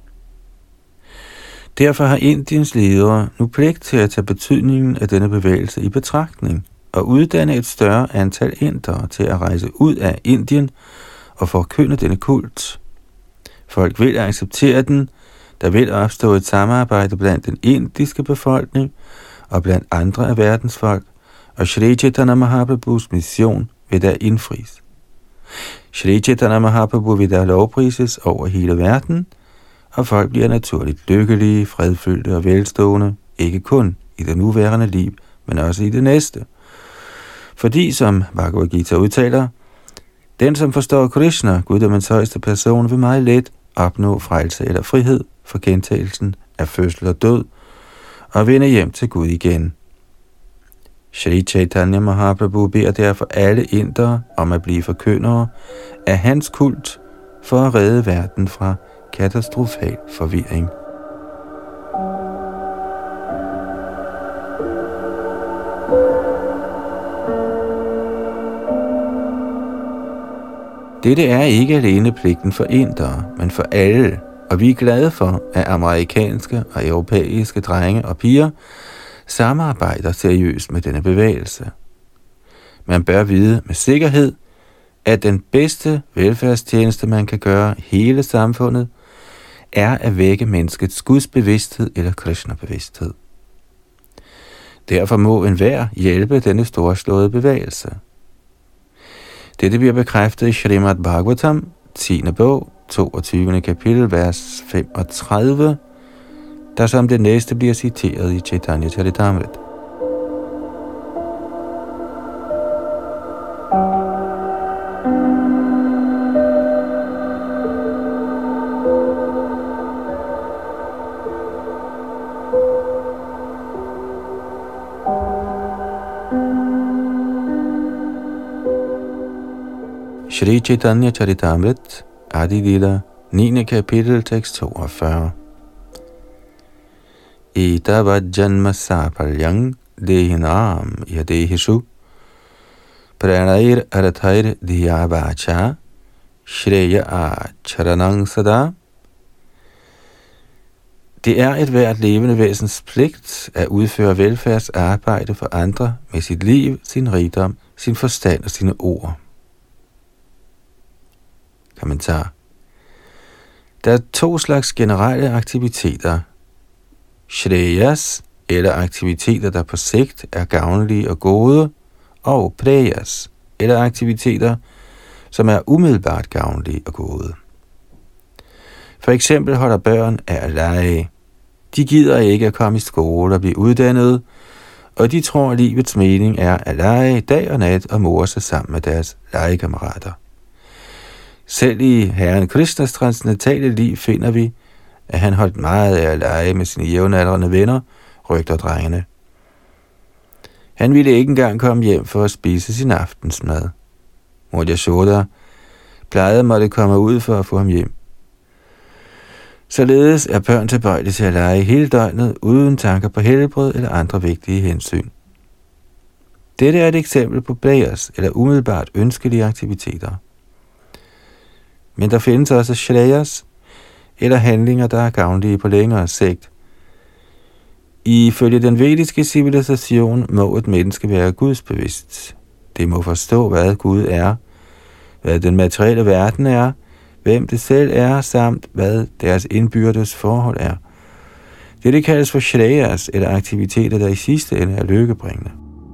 Derfor har Indiens ledere nu pligt til at tage betydningen af denne bevægelse i betragtning og uddanne et større antal indere til at rejse ud af Indien og forkynde denne kult. Folk vil acceptere den, der vil opstå et samarbejde blandt den indiske befolkning og blandt andre af verdens folk, og Shri Chaitanya Mahaprabhus mission vil der indfries. Shri Chaitanya Mahaprabhu vil der lovprises over hele verden, og folk bliver naturligt lykkelige, fredfyldte og velstående, ikke kun i det nuværende liv, men også i det næste. Fordi, som Bhagavad Gita udtaler, den som forstår Krishna, guddommens højeste person, vil meget let opnå frelse eller frihed for gentagelsen af fødsel og død, og vende hjem til Gud igen. Shri Chaitanya Mahaprabhu beder derfor alle indere om at blive forkyndere af hans kult for at redde verden fra katastrofal forvirring. Dette er ikke alene pligten for indere, men for alle, og vi er glade for, at amerikanske og europæiske drenge og piger samarbejder seriøst med denne bevægelse. Man bør vide med sikkerhed, at den bedste velfærdstjeneste, man kan gøre hele samfundet, er at vække menneskets gudsbevidsthed eller Krishna-bevidsthed. Derfor må enhver hjælpe denne storslåede bevægelse. Dette bliver bekræftet i Srimad Bhagavatam, 10. bog, 22. kapitel, vers 35, der som det næste bliver citeret i Chaitanya Charitamrita. Shri Chaitanya Charitamrita, Adi Lila, 9. kapitel, tekst 42. Etavad janma sapalyang dehinam yadehishu pranair arathair dhyavacha shreya acharanang sada. Det er et hvert levende væsens pligt at udføre velfærdsarbejde for andre med sit liv, sin rigdom, sin forstand og sine ord. Kommentar. Der er 2 slags generelle aktiviteter. Shreyas, eller aktiviteter, der på sigt er gavnlige og gode, og preyas, eller aktiviteter, som er umiddelbart gavnlige og gode. For eksempel holder børn af at lege. De gider ikke at komme i skole og blive uddannet, og de tror, at livets mening er at lege dag og nat og more sig sammen med deres legekammerater. Selv i Herren Krishnas transcendentale liv finder vi, at han holdt meget af at lege med sine jævnaldrende venner, rygter drengene. Han ville ikke engang komme hjem for at spise sin aftensmad. Mor Yashoda plejede måtte komme ud for at få ham hjem. Således er børn tilbøjelige til at lege hele døgnet, uden tanker på helbred eller andre vigtige hensyn. Dette er et eksempel på preyas, eller umiddelbart ønskelige aktiviteter. Men der findes også shreyas, eller handlinger, der er gavnlige på længere sigt. Ifølge den vediske civilisation må et menneske være gudsbevidst. Det må forstå, hvad Gud er, hvad den materielle verden er, hvem det selv er, samt hvad deres indbyrdes forhold er. Dette kaldes for shreyas, eller aktiviteter, der i sidste ende er lykkebringende.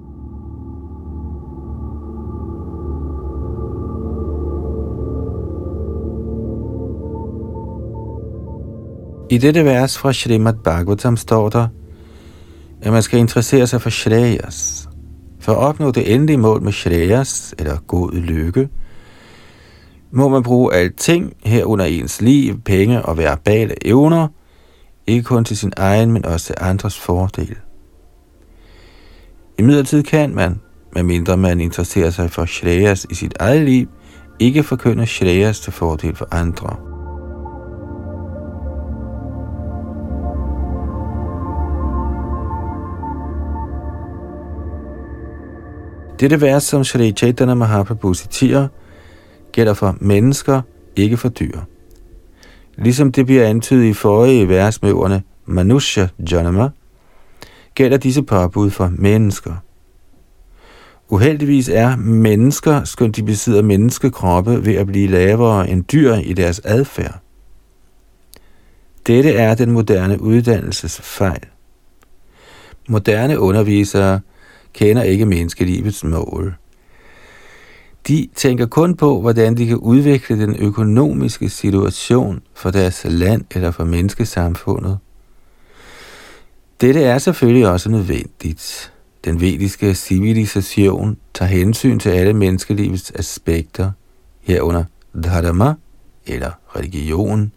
I dette vers fra Srimad Bhagavatam står der, at man skal interessere sig for shreyas. For at opnå det endelige mål med shreyas, eller god lykke, må man bruge alting herunder ens liv, penge og verbale evner, ikke kun til sin egen, men også til andres fordel. Imidlertid kan man, medmindre man interesserer sig for shreyas i sit eget liv, ikke forkynde shreyas til fordel for andre. Dette vers, som Shri Chaitanya Mahaprabhu citerer, gælder for mennesker, ikke for dyr. Ligesom det bliver antydet i forrige vers med ordene Manushya Janama, gælder disse påbud for mennesker. Uheldigvis er mennesker, skønt de besidder menneskekroppe, ved at blive lavere end dyr i deres adfærd. Dette er den moderne uddannelsesfejl. Moderne undervisere kender ikke menneskelivets mål. De tænker kun på, hvordan de kan udvikle den økonomiske situation for deres land eller for menneskesamfundet. Dette er selvfølgelig også nødvendigt. Den vediske civilisation tager hensyn til alle menneskelivets aspekter, herunder dharma eller religion,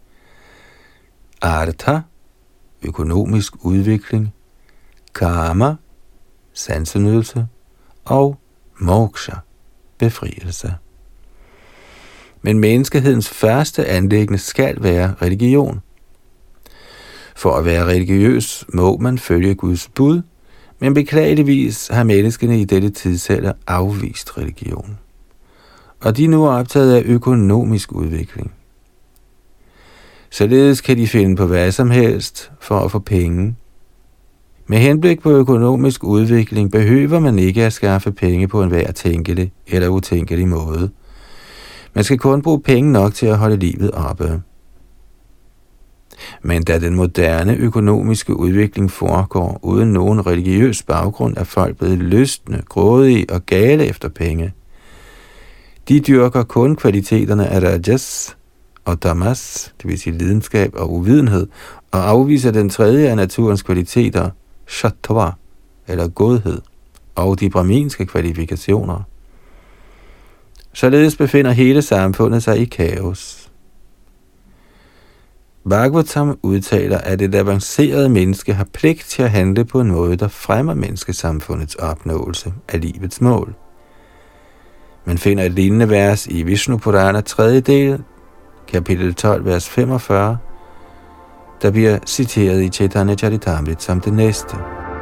artha, økonomisk udvikling, karma, sansenydelse, og moksha, befrielse. Men menneskehedens første anliggende skal være religion. For at være religiøs må man følge Guds bud, men beklageligvis har menneskene i dette tidsalder afvist religion. Og de er nu optaget af økonomisk udvikling. Således kan de finde på hvad som helst for at få penge. Med henblik på økonomisk udvikling behøver man ikke at skaffe penge på enhver tænkelig eller utænkelig måde. Man skal kun bruge penge nok til at holde livet oppe. Men da den moderne økonomiske udvikling foregår uden nogen religiøs baggrund, er folk blevet lystne, grådige og gale efter penge. De dyrker kun kvaliteterne af rajas og tamas, det vil sige lidenskab og uvidenhed, og afviser den tredje af naturens kvaliteter, sattva, eller godhed, og de brahminske kvalifikationer. Således befinder hele samfundet sig i kaos. Bhagavatam udtaler, at et avanceret menneske har pligt til at handle på en måde, der fremmer menneskesamfundets opnåelse af livets mål. Man finder et lignende vers i Vishnu Purana 3. del, kapitel 12, vers 45, der bliver citeret i Chaitanya Charitamrita som det næste.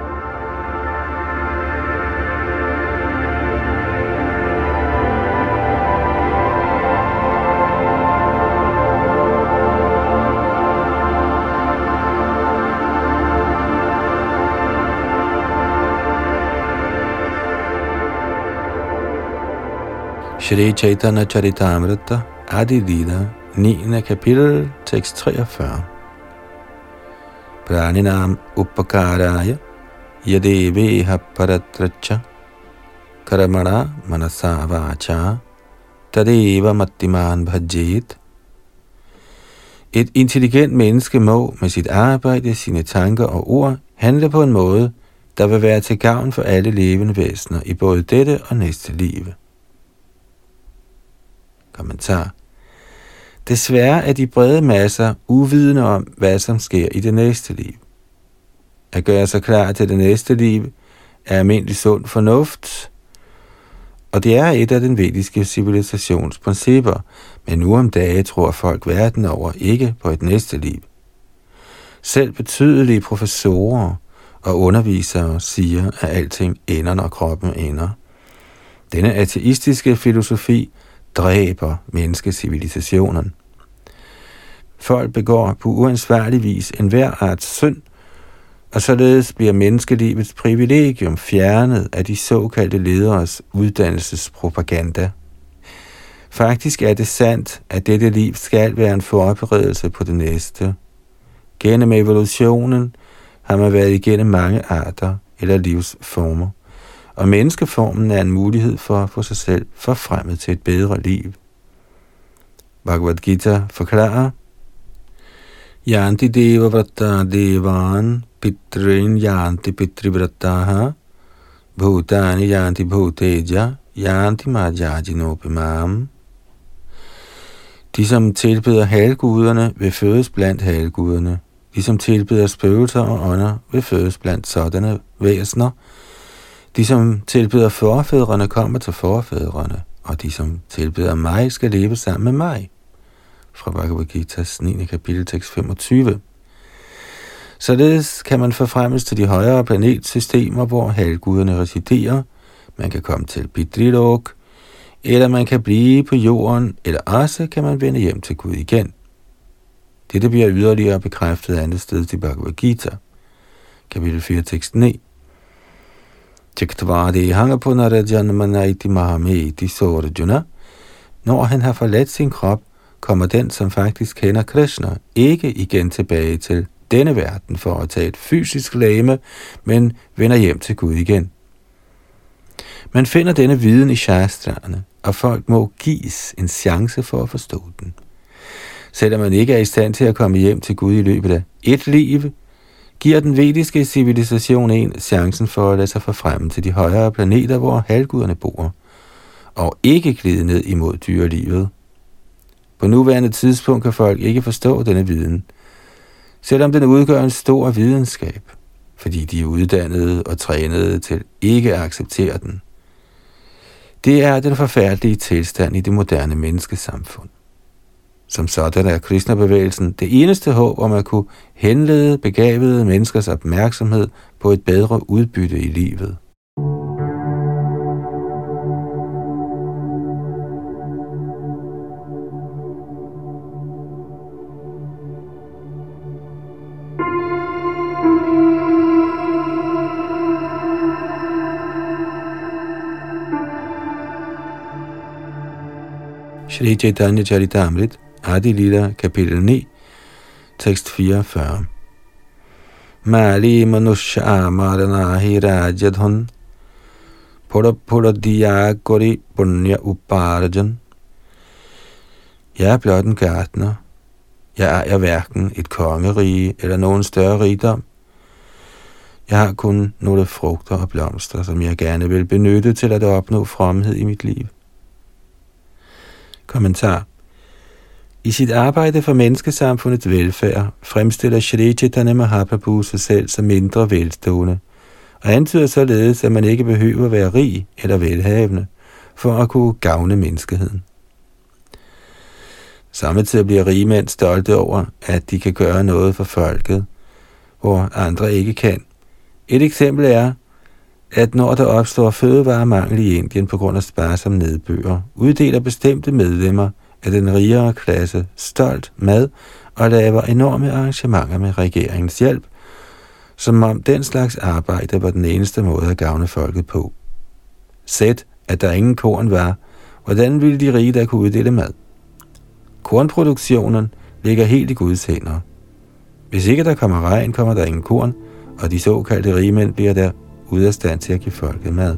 Shri Chaitanya Charitamrita, Adi Lila, 9. kapitel, tekst 43. Praninam upakaraya yadeveha paratracha karamana manasa vacha tadeva mattiman bhajet. Et intelligent menneske må med sit arbejde, sine tanker og ord handle på en måde, der vil være til gavn for alle levende væsener i både dette og næste liv. Kommentar. Desværre er de brede masser uvidende om, hvad som sker i det næste liv. At gøre sig klar til det næste liv er almindelig sund fornuft, og det er et af den vediske civilisationsprincipper, men nu om dage tror folk verden over ikke på et næste liv. Selv betydelige professorer og undervisere siger, at alting ender, når kroppen ender. Denne ateistiske filosofi dræber menneskecivilisationen. Folk begår på uansvarlig vis enhver art synd, og således bliver menneskelivets privilegium fjernet af de såkaldte lederes uddannelsespropaganda. Faktisk er det sandt, at dette liv skal være en forberedelse på det næste. Gennem evolutionen har man været igennem mange arter eller livsformer, og menneskeformen er en mulighed for at få sig selv forfremmet til et bedre liv. Bhagavad Gita forklarer: Yanti deva vrata devan pitrin yanti pitrivrataha bhutani yanti bhuteja yanti majajinopimam. De, som tilbeder halvguderne, vil fødes blandt halvguderne. De, som tilbeder spøgelser og ånder, vil fødes blandt sådanne væsener. De, som tilbeder forfædrene, kommer til forfædrene, og de, som tilbeder mig, skal leve sammen med mig. Fra Bhagavad Gita's 9. kapitel, tekst 25. Således kan man forfremmes til de højere planetsystemer, hvor halvguderne residerer. Man kan komme til Pitrilok, eller man kan blive på jorden, eller også kan man vende hjem til Gud igen. Dette bliver yderligere bekræftet andet sted i Bhagavad Gita, kapitel 4, tekst 9. Når han har forladt sin krop, kommer den, som faktisk kender Krishna, ikke igen tilbage til denne verden for at tage et fysisk legeme, men vender hjem til Gud igen. Man finder denne viden i shastrene, og folk må gives en chance for at forstå den. Selvom man ikke er i stand til at komme hjem til Gud i løbet af et liv, giver den vediske civilisation en chancen for at lade sig forfremme til de højere planeter, hvor halvguderne bor, og ikke glide ned imod dyrelivet. På nuværende tidspunkt kan folk ikke forstå denne viden, selvom den udgør en stor videnskab. fordi de er uddannede og trænede til ikke at acceptere den. Det er den forfærdelige tilstand i det moderne menneskesamfund. Som sådan er Krishna-bevægelsen det eneste håb om at kunne henlede begavede menneskers opmærksomhed på et bedre udbytte i livet. Shri Chaitanya Charitamrit, Adi Lila, kapitel 9, tekst 44. Mali manusha amaranahi rajadhan pura diya gori punya uparjan. Jeg er blot en gartner. Jeg ejer hverken et kongerige eller nogen større rigdom. Jeg har kun nogle frugter og blomster, som jeg gerne vil benytte til at opnå fromhed i mit liv. Kommentar. I sit arbejde for menneskesamfundets velfærd fremstiller Shri Chaitanya Mahaprabhu sig selv som mindre velstående, og antyder således, at man ikke behøver at være rig eller velhavende for at kunne gavne menneskeheden. Samtidig bliver rige mænd stolte over, at de kan gøre noget for folket, hvor andre ikke kan. Et eksempel er, at når der opstår fødevaremangel i Indien på grund af sparsom nedbør, uddeler bestemte medlemmer af den rigere klasse stolt mad og laver enorme arrangementer med regeringens hjælp, som om den slags arbejde var den eneste måde at gavne folket på. Sæt, at der ingen korn var, hvordan ville de rige da kunne uddele mad? Kornproduktionen ligger helt i Guds hænder. Hvis ikke der kommer regn, kommer der ingen korn, og de såkaldte rigmænd bliver der ude af stand til at give folket mad.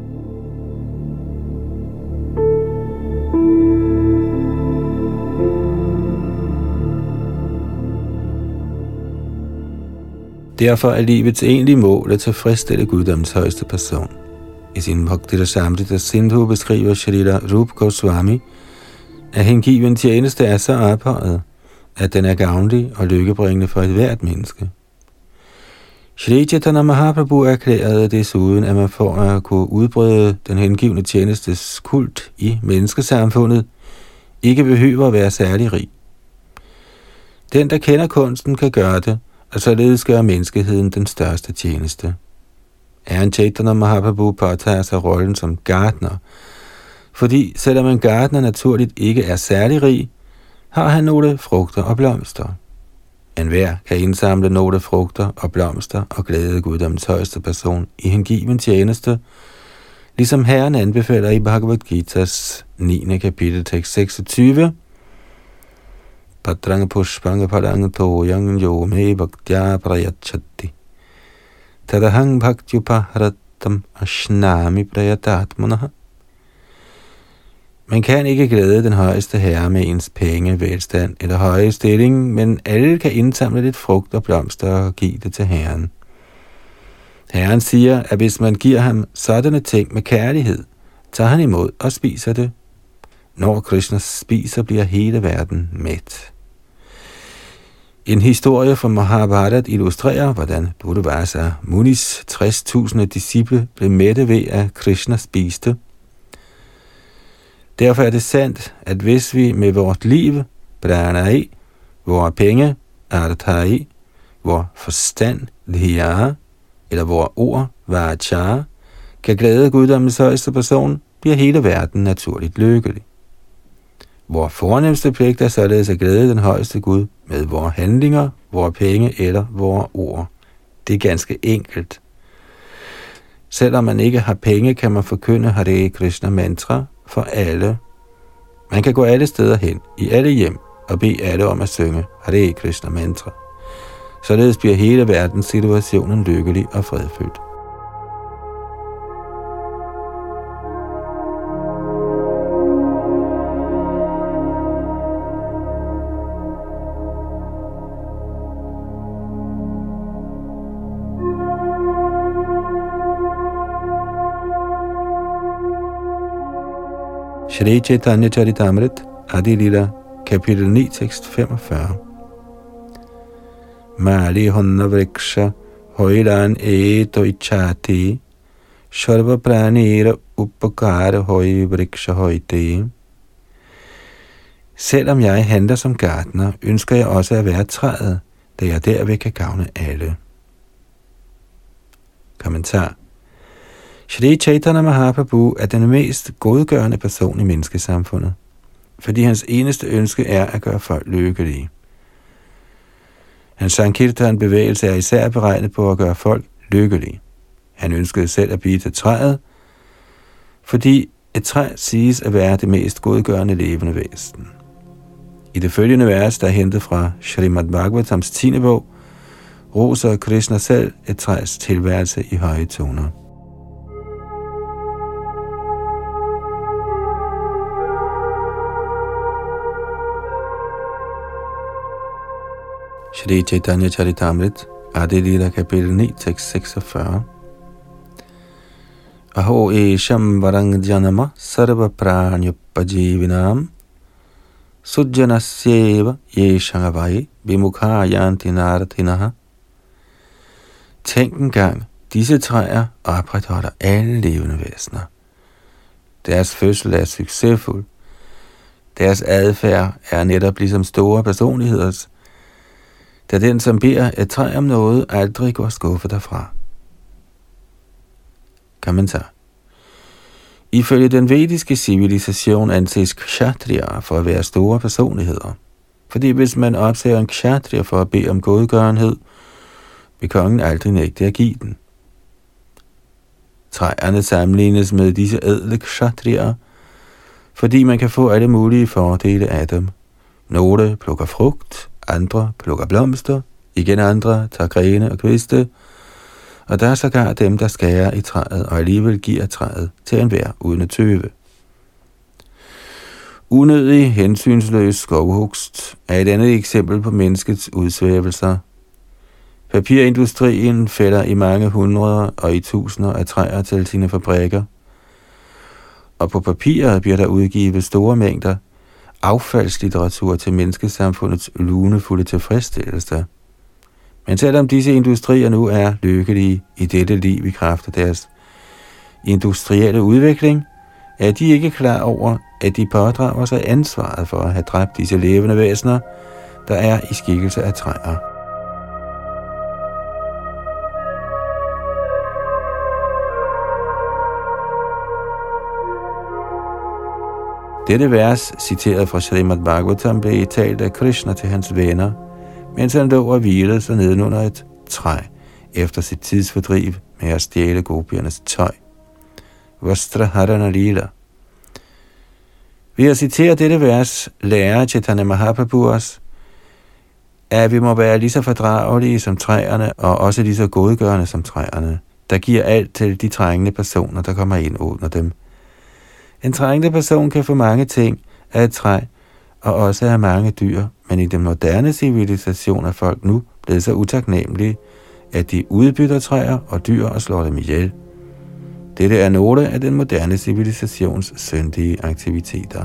Derfor er livets egentlige mål at tilfredsstille guddommens højeste person. I sin Bhakti Rasamrita Sindhu beskriver Shrila Rupa Goswami, at hengiven tjeneste er så ophøjet, at den er gavnlig og lykkebringende for et hvert menneske. Shri Chaitanya Mahaprabhu erklærede desuden, at man for at kunne udbrede den hengivne tjenestes kult i menneskesamfundet, ikke behøver at være særlig rig. Den, der kender kunsten, kan gøre det, og således gøre menneskeheden den største tjeneste. Herren Chaitanya Mahaprabhu påtager sig rollen som gartner, fordi selvom en gartner naturligt ikke er særlig rig, har han nogle frugter og blomster. Enhver kan indsamle nogle frugter og blomster og glæde guddommens højeste person i hengiven tjeneste, ligesom Herren anbefaler i Bhagavad Gita's 9. kapitel tekst 26. Padrang pushpang padang toyang yo me bhaktya prayachati tadahang bhaktyupaharatam ashnami prayatatmanaha. Man kan ikke glæde den højeste herre med ens penge, velstand eller høje stilling, men alle kan indsamle lidt frugt og blomster og give det til herren. Herren siger, at hvis man giver ham sådanne ting med kærlighed, tager han imod og spiser det. Når Krishna spiser, bliver hele verden mæt. En historie fra Mahabharat illustrerer, hvordan Durvasa Munis 60.000 disciple blev mætte ved, at Krishna spiste. Derfor er det sandt, at hvis vi med vort liv, pranai, vores penge, arthai, vores forstand, dhya, eller vores ord, vacha, kan glæde guddommens højeste person, bliver hele verden naturligt lykkelig. Vores fornemmeste pligt er således at glæde den højeste Gud med vores handlinger, vores penge eller vores ord. Det er ganske enkelt. Selvom man ikke har penge, kan man forkynde Hare Krishna mantra for alle. Man kan gå alle steder hen, i alle hjem, og bede alle om at synge Hare Krishna mantra. Således bliver hele verdens situationen lykkelig og fredfyldt. Shri Chaitanya Charitamrit, Adi Lila, kapitel 9, tekst 45. Mali honna vriksha Hoilan eto ichati, Sharva pranera upakara hoi vriksha hoite. Selvom jeg handler som gartner, ønsker jeg også at være træet, da jeg derved kan gavne alle. Kommentar. Shri Chaitanya Mahaprabhu er den mest godgørende person i menneskesamfundet, fordi hans eneste ønske er at gøre folk lykkelige. Hans Sankirtan-bevægelse er især beregnet på at gøre folk lykkelige. Han ønskede selv at blive til træet, fordi et træ siges at være det mest godgørende levende væsen. I det følgende vers, der er hentet fra Srimad Bhagavatams 10. bog, roser Krishna selv et træs tilværelse i høje toner. Shri Chaitanya Charitamrit, Adi Lila kapitel 9, tekst 46. Aho esham varang janama sarva pranyupajivinam sujjanasyeva yeshangavai vimukhayanti nartinaha. Tænk engang, disse træer opretholder alle levende væsener. Deres fødsel er succesfuld. Deres adfærd er netop ligesom store personligheders, da den, som beder et træ om noget, aldrig går skuffet derfra. Kommentar. Ifølge den vediske civilisation anses kshatriya for at være store personligheder. Fordi hvis man opsager en kshatriya for at bede om godgørenhed, vil kongen aldrig nægte at give den. Træerne sammenlignes med disse ædle kshatriyer, fordi man kan få alle mulige fordele af dem. Nogle plukker frugt, andre plukker blomster, igen andre tager grene og kviste, og der er sågar dem, der skærer i træet og alligevel giver træet til enhver uden at tøve. Unødig, hensynsløs skovhugst er et andet eksempel på menneskets udsvævelser. Papirindustrien fælder i mange hundreder og i tusinder af træer til sine fabrikker, og på papiret bliver der udgivet store mængder affaldslitteratur til menneskesamfundets lunefulde tilfredsstillelse. Men selvom disse industrier nu er lykkelige i dette liv i kraft af deres industrielle udvikling, er de ikke klar over, at de pådrager sig ansvaret for at have dræbt disse levende væsener, der er i skikkelse af træer. Dette vers, citeret fra Srimad Bhagavatam, blev talt af Krishna til hans venner, mens han lå og hvilede sig nedenunder et træ efter sit tidsfordriv med at stjæle gopiernes tøj. Vastraharana Lila. Ved at citere dette vers, lærer Chaitanya Mahaprabhu os, at vi må være lige så fordragelige som træerne, og også lige så godgørende som træerne, der giver alt til de trængende personer, der kommer ind under dem. En trængende person kan få mange ting af et træ, og også af mange dyr, men i den moderne civilisation er folk nu blevet så utaknemmelige, at de udbytter træer og dyr og slår dem ihjel. Dette er nogle af den moderne civilisations syndige aktiviteter.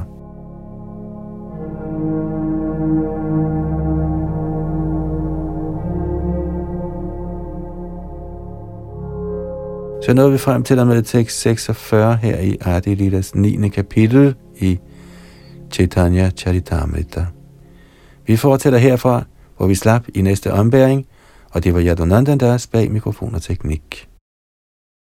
Så nåede vi frem til og med tekst 46 her i Adi Lilas 9. kapitel i Chaitanya Charitamrita. Vi fortsætter herfra, hvor vi slap i næste ombæring, og det var Yadunandandas bag mikrofon og teknik.